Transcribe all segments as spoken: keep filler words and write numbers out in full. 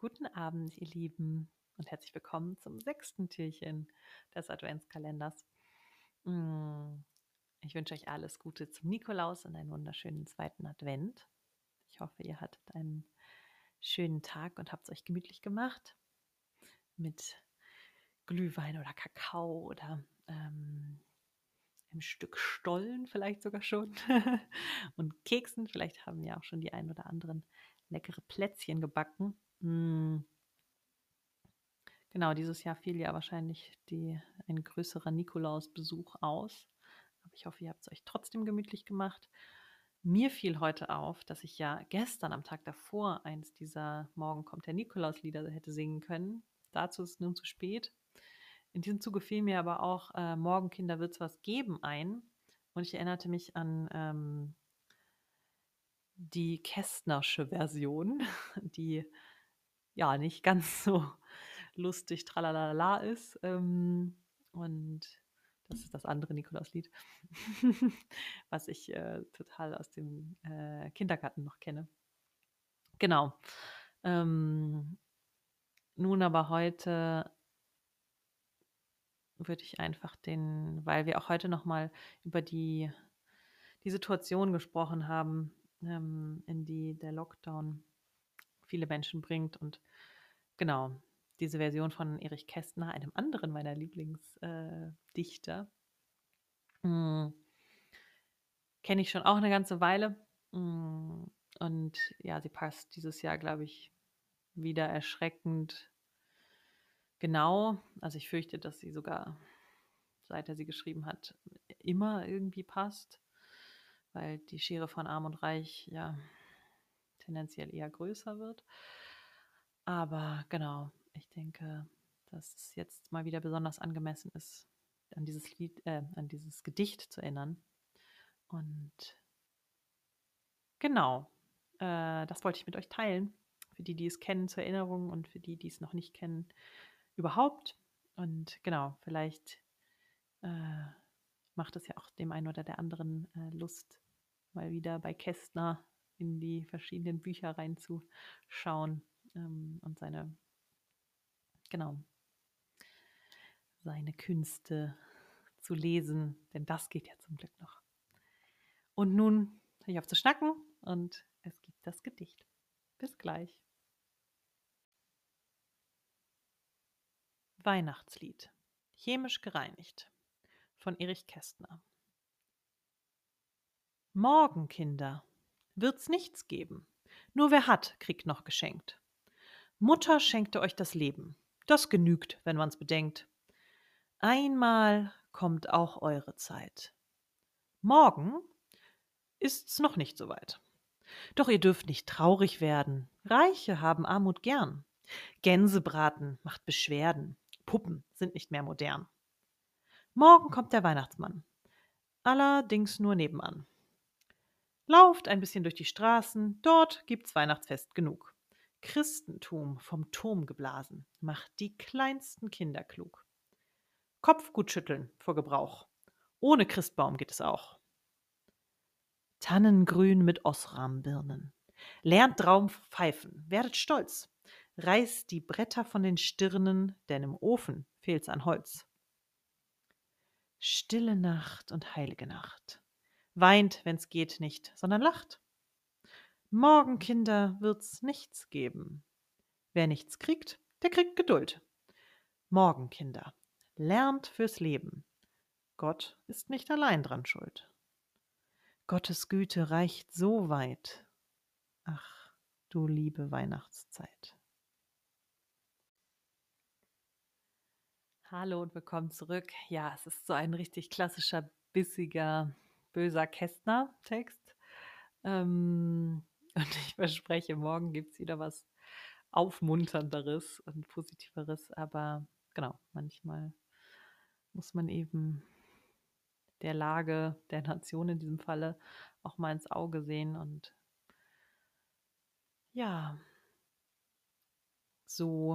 Guten Abend, ihr Lieben, und herzlich willkommen zum sechsten Türchen des Adventskalenders. Mm, Ich wünsche euch alles Gute zum Nikolaus und einen wunderschönen zweiten Advent. Ich hoffe, ihr hattet einen schönen Tag und habt es euch gemütlich gemacht mit Glühwein oder Kakao oder ähm, einem Stück Stollen vielleicht sogar schon und Keksen. Vielleicht haben ja auch schon die ein oder anderen leckere Plätzchen gebacken. Mm, Genau, dieses Jahr fiel ja wahrscheinlich die, ein größerer Nikolausbesuch aus. Aber ich hoffe, ihr habt es euch trotzdem gemütlich gemacht. Mir fiel heute auf, dass ich ja gestern am Tag davor eins dieser Morgen kommt der Nikolaus-Lieder hätte singen können. Dazu ist es nun zu spät. In diesem Zuge fiel mir aber auch äh, Morgen, Kinder, wird's was geben ein. Und ich erinnerte mich an ähm, die Kästnersche Version, die ja nicht ganz so lustig tralalala ist. Ähm, und das ist das andere Nikolauslied, was ich äh, total aus dem äh, Kindergarten noch kenne. Genau. Ähm, nun aber heute würde ich einfach den, weil wir auch heute nochmal über die, die Situation gesprochen haben, ähm, in die der Lockdown viele Menschen bringt. Und genau, diese Version von Erich Kästner, einem anderen meiner Lieblingsdichter, äh, kenne ich schon auch eine ganze Weile. Mm, Und ja, sie passt dieses Jahr, glaube ich, wieder erschreckend genau. Also ich fürchte, dass sie sogar, seit er sie geschrieben hat, immer irgendwie passt, weil die Schere von Arm und Reich ja tendenziell eher größer wird. Aber genau, ich denke, dass es jetzt mal wieder besonders angemessen ist, an dieses Lied, äh, an dieses Gedicht zu erinnern. Und genau, äh, das wollte ich mit euch teilen. Für die, die es kennen, zur Erinnerung, und für die, die es noch nicht kennen, überhaupt. Und genau, vielleicht äh, macht es ja auch dem einen oder der anderen äh, Lust, mal wieder bei Kästner in die verschiedenen Bücher reinzuschauen ähm, und seine, genau, seine Künste zu lesen, denn das geht ja zum Glück noch. Und nun höre ich auf zu schnacken und es gibt das Gedicht. Bis gleich. Weihnachtslied. Chemisch gereinigt von Erich Kästner. Morgen, Kinder, wird's nichts geben. Nur wer hat, kriegt noch geschenkt. Mutter schenkte euch das Leben. Das genügt, wenn man's bedenkt. Einmal kommt auch eure Zeit. Morgen ist's noch nicht so weit. Doch ihr dürft nicht traurig werden. Reiche haben Armut gern. Gänsebraten macht Beschwerden. Puppen sind nicht mehr modern. Morgen kommt der Weihnachtsmann. Allerdings nur nebenan. Lauft ein bisschen durch die Straßen, dort gibt's Weihnachtsfest genug. Christentum vom Turm geblasen, macht die kleinsten Kinder klug. Kopf gut schütteln vor Gebrauch. Ohne Christbaum geht es auch. Tannengrün mit Osrambirnen. Lernt Traum pfeifen, werdet stolz. Reißt die Bretter von den Stirnen, denn im Ofen fehlt's an Holz. Stille Nacht und heilige Nacht. Weint, wenn's geht, nicht, sondern lacht. Morgen, Kinder, wird's nichts geben. Wer nichts kriegt, der kriegt Geduld. Morgen, Kinder, lernt fürs Leben. Gott ist nicht allein dran schuld. Gottes Güte reicht so weit. Ach, du liebe Weihnachtszeit. Hallo und willkommen zurück. Ja, es ist so ein richtig klassischer, bissiger, böser Kästner-Text. Ähm, und ich verspreche, morgen gibt es wieder was Aufmunternderes und Positiveres. Aber genau, manchmal muss man eben der Lage der Nation in diesem Falle auch mal ins Auge sehen. Und ja, so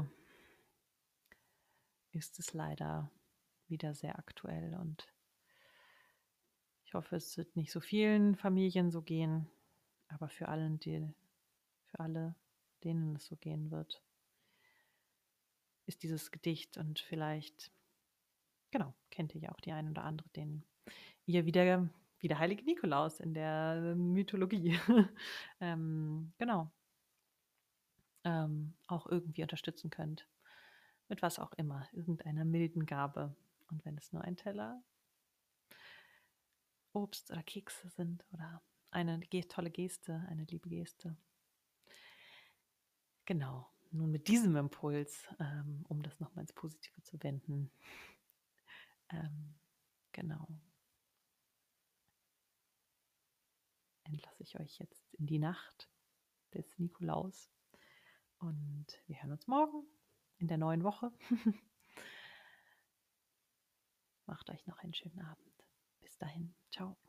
ist es leider wieder sehr aktuell. Und ich hoffe, es wird nicht so vielen Familien so gehen, aber für allen, die, für alle, denen es so gehen wird, ist dieses Gedicht und vielleicht, genau, kennt ihr ja auch die ein oder andere, den ihr wieder wie der heilige Nikolaus in der Mythologie, ähm, genau, ähm, auch irgendwie unterstützen könnt. Mit was auch immer, irgendeiner milden Gabe. Und wenn es nur ein Teller Obst oder Kekse sind oder eine ge tolle Geste, eine liebe Geste. Genau. Nun mit diesem Impuls, ähm, um das nochmal ins Positive zu wenden, ähm, genau, entlasse ich euch jetzt in die Nacht des Nikolaus. Und wir hören uns morgen in der neuen Woche. Macht euch noch einen schönen Abend. Bis dahin. Ciao.